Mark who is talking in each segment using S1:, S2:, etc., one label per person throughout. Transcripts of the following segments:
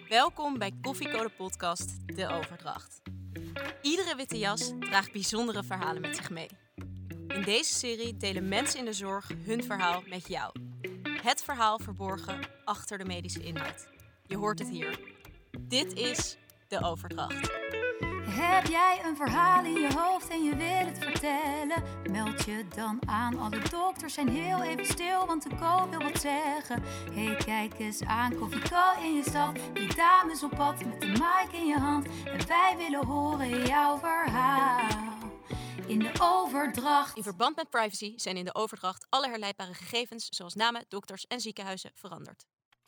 S1: Welkom bij Koffiecode Podcast De Overdracht. Iedere witte jas draagt bijzondere verhalen met zich mee. In deze serie delen mensen in de zorg hun verhaal met jou. Het verhaal verborgen achter de medische inhoud. Je hoort het hier. Dit is De Overdracht.
S2: Heb jij een verhaal in je hoofd en je wil het vertellen? Meld je dan aan, alle dokters zijn heel even stil, want de co wil wat zeggen. Hey, kijk eens aan, Koffiecode in je stad. Die dames op pad met de mic in je hand. En wij willen horen jouw verhaal in de overdracht.
S1: In verband met privacy zijn in de overdracht alle herleidbare gegevens, zoals namen, dokters en ziekenhuizen, veranderd.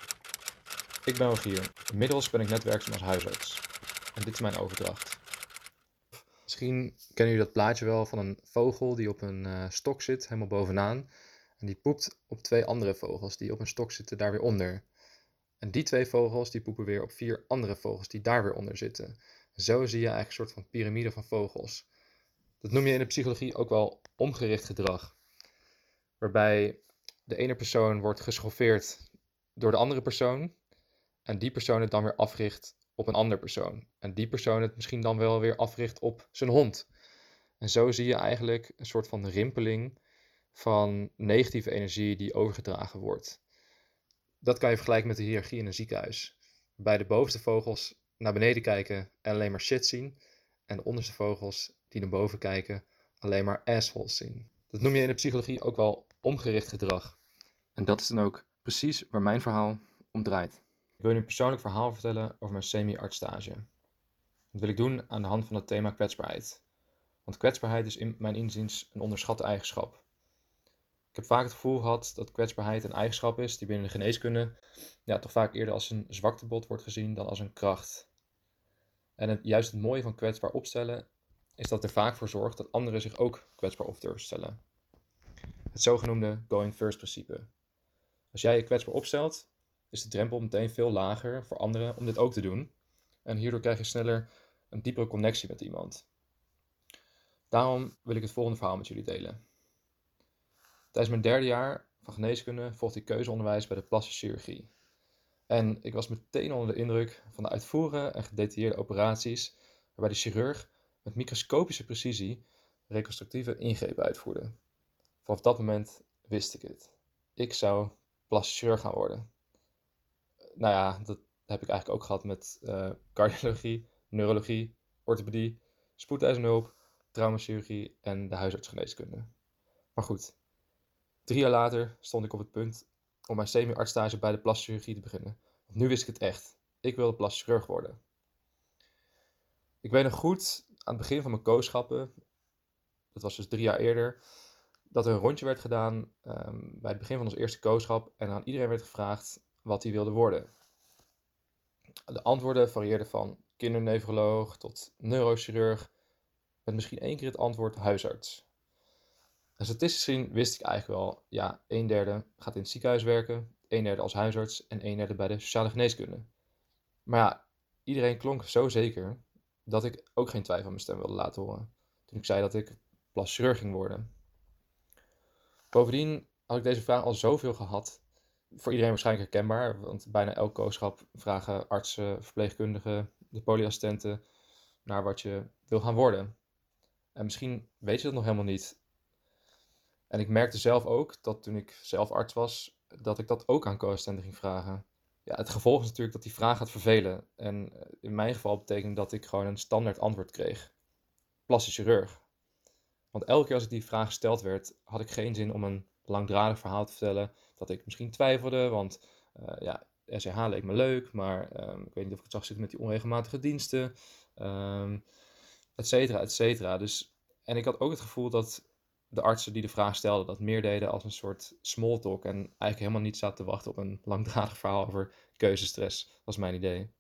S3: Ik ben Rogier. Inmiddels ben ik net werkzaam als huisarts. En dit is mijn overdracht. Misschien kennen jullie dat plaatje wel van een vogel die op een stok zit, helemaal bovenaan. En die poept op 2 andere vogels die op een stok zitten daar weer onder. En die 2 vogels die poepen weer op 4 andere vogels die daar weer onder zitten. Zo zie je eigenlijk een soort van piramide van vogels. Dat noem je in de psychologie ook wel omgericht gedrag. Waarbij de ene persoon wordt geschoffeerd door de andere persoon. En die persoon het dan weer africht op een andere persoon. En die persoon het misschien dan wel weer africht op zijn hond. En zo zie je eigenlijk een soort van rimpeling van negatieve energie die overgedragen wordt. Dat kan je vergelijken met de hiërarchie in een ziekenhuis. Waarbij de bovenste vogels naar beneden kijken en alleen maar shit zien. En de onderste vogels die naar boven kijken alleen maar assholes zien. Dat noem je in de psychologie ook wel omgericht gedrag. En dat is dan ook precies waar mijn verhaal om draait. Ik wil je een persoonlijk verhaal vertellen over mijn semi-artsstage. Dat wil ik doen aan de hand van het thema kwetsbaarheid. Want kwetsbaarheid is in mijn inziens een onderschatte eigenschap. Ik heb vaak het gevoel gehad dat kwetsbaarheid een eigenschap is die binnen de geneeskunde toch vaak eerder als een zwaktebod wordt gezien dan als een kracht. En juist het mooie van kwetsbaar opstellen is dat er vaak voor zorgt dat anderen zich ook kwetsbaar op durven stellen. Het zogenoemde going first principe. Als jij je kwetsbaar opstelt, is de drempel meteen veel lager voor anderen om dit ook te doen. En hierdoor krijg je sneller een diepere connectie met iemand. Daarom wil ik het volgende verhaal met jullie delen. Tijdens mijn 3e jaar van geneeskunde volgde ik keuzeonderwijs bij de plastische chirurgie. En ik was meteen onder de indruk van de uitvoerige en gedetailleerde operaties, waarbij de chirurg met microscopische precisie reconstructieve ingrepen uitvoerde. Vanaf dat moment wist ik het. Ik zou plastisch chirurg gaan worden. Nou ja, dat heb ik eigenlijk ook gehad met cardiologie, neurologie, orthopedie, spoedeisende hulp, traumachirurgie en de huisartsgeneeskunde. Maar goed, 3 jaar later stond ik op het punt om mijn semi-artsstage bij de plastische chirurgie te beginnen. Want nu wist ik het echt. Ik wilde plastisch chirurg worden. Ik weet nog goed, aan het begin van mijn kooschappen, dat was dus 3 jaar eerder, dat er een rondje werd gedaan bij het begin van ons eerste kooschap en aan iedereen werd gevraagd wat hij wilde worden. De antwoorden varieerden van kindernefroloog tot neurochirurg, met misschien 1 keer het antwoord huisarts. En statistisch gezien wist ik eigenlijk wel, 1/3 gaat in het ziekenhuis werken, 1/3 als huisarts en 1/3 bij de sociale geneeskunde. Maar iedereen klonk zo zeker dat ik ook geen twijfel aan mijn stem wilde laten horen toen ik zei dat ik plastisch chirurg ging worden. Bovendien had ik deze vraag al zoveel gehad, voor iedereen waarschijnlijk herkenbaar, want bijna elk kooschap vragen artsen, verpleegkundigen, de polyassistenten naar wat je wil gaan worden. En misschien weet je dat nog helemaal niet. En ik merkte zelf ook dat toen ik zelf arts was, dat ik dat ook aan co-assistenten ging vragen. Ja, het gevolg is natuurlijk dat die vraag gaat vervelen. En in mijn geval betekende dat ik gewoon een standaard antwoord kreeg. Plastisch chirurg. Want elke keer als ik die vraag gesteld werd, had ik geen zin om een langdradig verhaal te vertellen dat ik misschien twijfelde, want SCH leek me leuk, maar ik weet niet of ik het zag zitten met die onregelmatige diensten, et cetera, et cetera. Dus, en ik had ook het gevoel dat de artsen die de vraag stelden dat meer deden als een soort small talk en eigenlijk helemaal niet zaten te wachten op een langdradig verhaal over keuzestress, was mijn idee.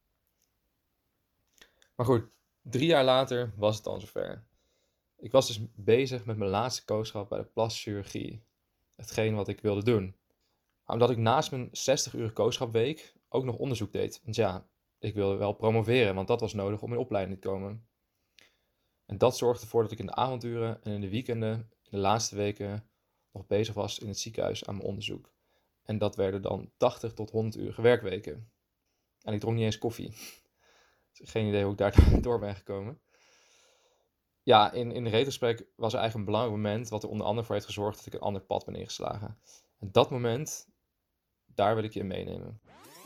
S3: Maar goed, 3 jaar later was het dan zover. Ik was dus bezig met mijn laatste kooschap bij de plastische chirurgie. Hetgeen wat ik wilde doen. Maar omdat ik naast mijn 60-uur kooschapweek ook nog onderzoek deed. Want ik wilde wel promoveren, want dat was nodig om in opleiding te komen. En dat zorgde ervoor dat ik in de avonduren en in de weekenden, in de laatste weken, nog bezig was in het ziekenhuis aan mijn onderzoek. En dat werden dan 80 tot 100 uur werkweken. En ik dronk niet eens koffie. Geen idee hoe ik daar door ben gekomen. Ja, in de retrospect was er eigenlijk een belangrijk moment wat er onder andere voor heeft gezorgd dat ik een ander pad ben ingeslagen. En dat moment, daar wil ik je in meenemen.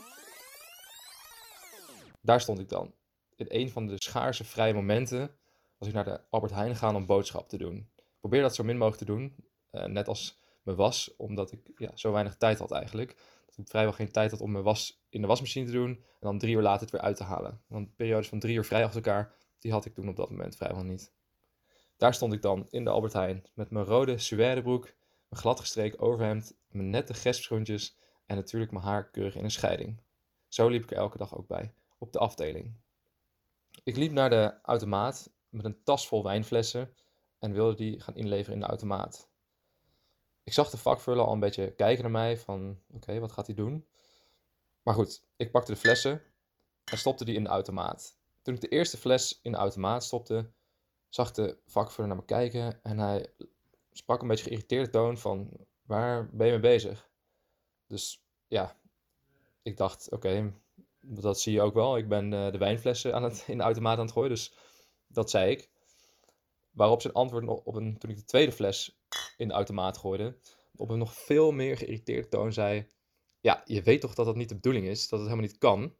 S3: Daar stond ik dan. In een van de schaarse vrije momenten was ik naar de Albert Heijn gegaan om boodschap te doen. Ik probeer dat zo min mogelijk te doen, net als mijn was, omdat ik zo weinig tijd had eigenlijk. Dat ik vrijwel geen tijd had om mijn was in de wasmachine te doen en dan 3 uur later het weer uit te halen. Want periodes van 3 uur vrij achter elkaar, die had ik toen op dat moment vrijwel niet. Daar stond ik dan in de Albert Heijn met mijn rode suèdebroek, mijn gladgestreken overhemd, mijn nette gespschoentjes en natuurlijk mijn haar keurig in een scheiding. Zo liep ik er elke dag ook bij, op de afdeling. Ik liep naar de automaat met een tas vol wijnflessen en wilde die gaan inleveren in de automaat. Ik zag de vakvuller al een beetje kijken naar mij van oké, wat gaat hij doen? Maar goed, ik pakte de flessen en stopte die in de automaat. Toen ik de eerste fles in de automaat stopte, zag de vakvuller naar me kijken en hij sprak een beetje geïrriteerde toon van waar ben je mee bezig? Dus ja, ik dacht oké, dat zie je ook wel. Ik ben de wijnflessen in de automaat aan het gooien, dus dat zei ik. Waarop zijn antwoord toen ik de tweede fles in de automaat gooide, op een nog veel meer geïrriteerde toon zei: ja, je weet toch dat dat niet de bedoeling is, dat het helemaal niet kan?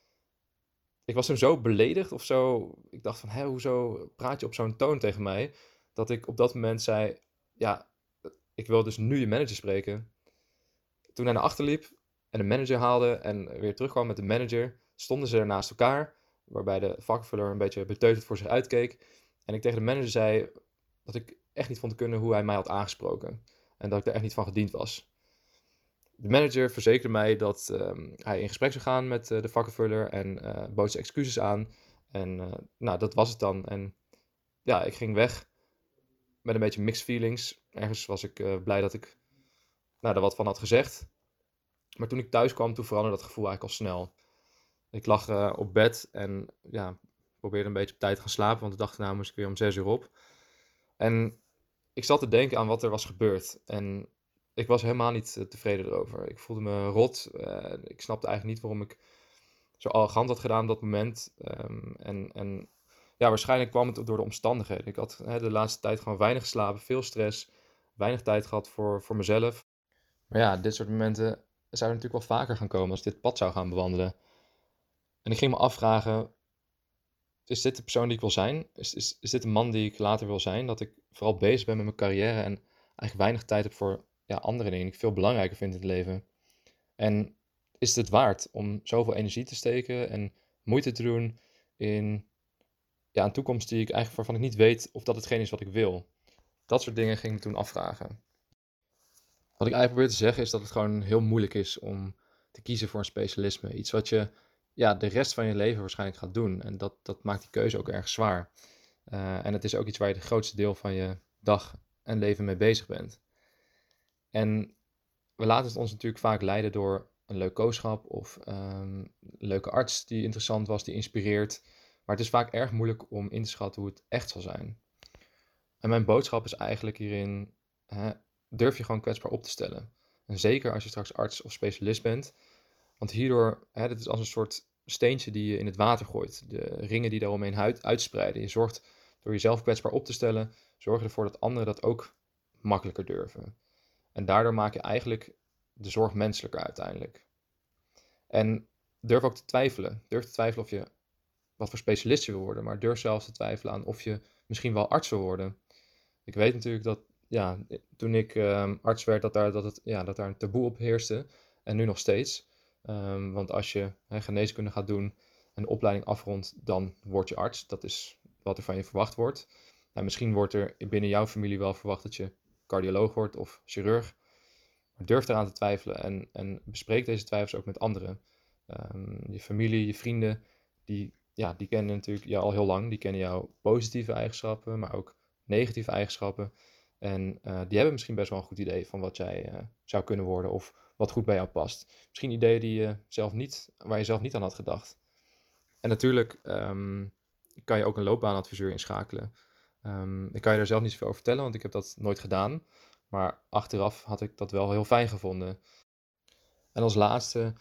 S3: Ik was toen zo beledigd of zo. Ik dacht van, hoezo praat je op zo'n toon tegen mij? Dat ik op dat moment zei, ja, ik wil dus nu je manager spreken. Toen hij naar achter liep en de manager haalde en weer terugkwam met de manager, stonden ze er naast elkaar, waarbij de vakvuller een beetje beteuterd voor zich uitkeek. En ik tegen de manager zei dat ik echt niet vond te kunnen hoe hij mij had aangesproken. En dat ik er echt niet van gediend was. De manager verzekerde mij dat hij in gesprek zou gaan met de vakkenvuller en bood zijn excuses aan. En dat was het dan. En ja, ik ging weg met een beetje mixed feelings. Ergens was ik blij dat ik er wat van had gezegd. Maar toen ik thuis kwam, toen veranderde dat gevoel eigenlijk al snel. Ik lag op bed en probeerde een beetje op tijd te gaan slapen, want de dag daarna moest ik weer om 6 uur op. En ik zat te denken aan wat er was gebeurd. En ik was helemaal niet tevreden erover. Ik voelde me rot. Ik snapte eigenlijk niet waarom ik zo arrogant had gedaan op dat moment. Waarschijnlijk kwam het door de omstandigheden. Ik had de laatste tijd gewoon weinig geslapen, veel stress, weinig tijd gehad voor mezelf. Maar ja, dit soort momenten zouden natuurlijk wel vaker gaan komen als ik dit pad zou gaan bewandelen. En ik ging me afvragen, is dit de persoon die ik wil zijn? Is dit de man die ik later wil zijn? Dat ik vooral bezig ben met mijn carrière en eigenlijk weinig tijd heb voor andere dingen die ik veel belangrijker vind in het leven. En is het waard om zoveel energie te steken en moeite te doen in een toekomst die ik eigenlijk waarvan ik niet weet of dat hetgeen is wat ik wil? Dat soort dingen ging ik me toen afvragen. Wat ik eigenlijk probeer te zeggen is dat het gewoon heel moeilijk is om te kiezen voor een specialisme. Iets wat je de rest van je leven waarschijnlijk gaat doen. En dat maakt die keuze ook erg zwaar. En het is ook iets waar je het grootste deel van je dag en leven mee bezig bent. En we laten het ons natuurlijk vaak leiden door een leuk kooschap of een leuke arts die interessant was, die inspireert. Maar het is vaak erg moeilijk om in te schatten hoe het echt zal zijn. En mijn boodschap is eigenlijk hierin, durf je gewoon kwetsbaar op te stellen. En zeker als je straks arts of specialist bent. Want hierdoor, dit is als een soort steentje die je in het water gooit. De ringen die daaromheen uitspreiden. Je zorgt door jezelf kwetsbaar op te stellen, zorg ervoor dat anderen dat ook makkelijker durven. En daardoor maak je eigenlijk de zorg menselijker uiteindelijk. En durf ook te twijfelen. Durf te twijfelen of je wat voor specialist je wil worden. Maar durf zelfs te twijfelen aan of je misschien wel arts wil worden. Ik weet natuurlijk dat toen ik arts werd, dat daar een taboe op heerste. En nu nog steeds. Want als je geneeskunde gaat doen en de opleiding afrondt, dan word je arts. Dat is wat er van je verwacht wordt. Nou, misschien wordt er binnen jouw familie wel verwacht dat je cardioloog wordt of chirurg. Maar durf eraan te twijfelen en bespreek deze twijfels ook met anderen. Je familie, je vrienden, die kennen natuurlijk jou al heel lang. Die kennen jouw positieve eigenschappen, maar ook negatieve eigenschappen. En die hebben misschien best wel een goed idee van wat jij zou kunnen worden of wat goed bij jou past. Misschien ideeën waar je zelf niet aan had gedacht. En natuurlijk kan je ook een loopbaanadviseur inschakelen. Ik kan je daar zelf niet zoveel over vertellen, want ik heb dat nooit gedaan. Maar achteraf had ik dat wel heel fijn gevonden. En als laatste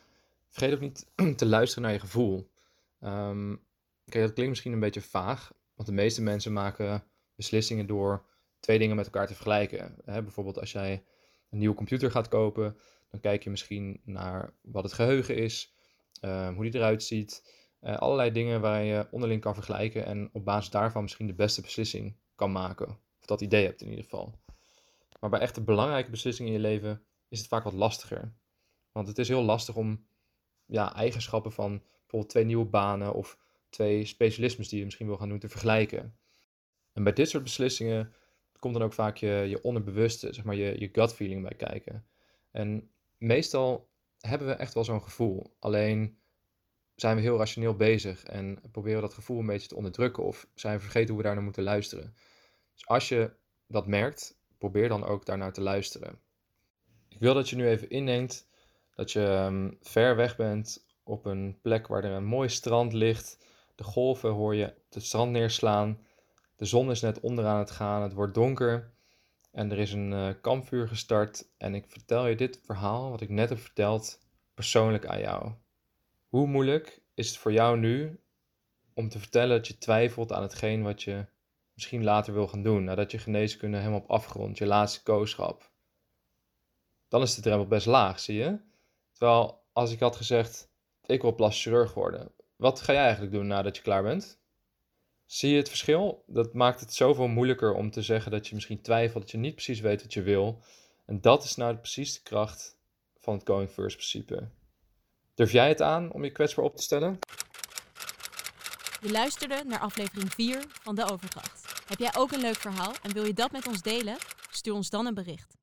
S3: Vergeet ook niet te luisteren naar je gevoel. Kijk, dat klinkt misschien een beetje vaag, want de meeste mensen maken beslissingen door 2 dingen met elkaar te vergelijken. Bijvoorbeeld als jij een nieuwe computer gaat kopen, dan kijk je misschien naar wat het geheugen is, hoe die eruit ziet. Allerlei dingen waar je onderling kan vergelijken en op basis daarvan misschien de beste beslissing kan maken. Of dat idee hebt in ieder geval. Maar bij echte belangrijke beslissingen in je leven is het vaak wat lastiger. Want het is heel lastig om eigenschappen van bijvoorbeeld 2 nieuwe banen of 2 specialismes die je misschien wil gaan doen te vergelijken. En bij dit soort beslissingen komt dan ook vaak je onderbewuste, zeg maar je gut feeling bij kijken. En meestal hebben we echt wel zo'n gevoel. Alleen zijn we heel rationeel bezig en proberen dat gevoel een beetje te onderdrukken of zijn we vergeten hoe we daar naar moeten luisteren. Dus als je dat merkt, probeer dan ook daarnaar te luisteren. Ik wil dat je nu even indenkt dat je ver weg bent op een plek waar er een mooi strand ligt. De golven hoor je het strand neerslaan. De zon is net onderaan het gaan, het wordt donker. En er is een kampvuur gestart. En ik vertel je dit verhaal, wat ik net heb verteld, persoonlijk aan jou. Hoe moeilijk is het voor jou nu om te vertellen dat je twijfelt aan hetgeen wat je misschien later wil gaan doen, nadat je geneeskunde helemaal op afgerond, je laatste kooschap? Dan is de drempel best laag, zie je? Terwijl als ik had gezegd, ik wil plastisch chirurg worden, wat ga jij eigenlijk doen nadat je klaar bent? Zie je het verschil? Dat maakt het zoveel moeilijker om te zeggen dat je misschien twijfelt, dat je niet precies weet wat je wil. En dat is nou precies de kracht van het Going First principe. Durf jij het aan om je kwetsbaar op te stellen?
S1: Je luisterde naar aflevering 4 van De Overdracht. Heb jij ook een leuk verhaal en wil je dat met ons delen? Stuur ons dan een bericht.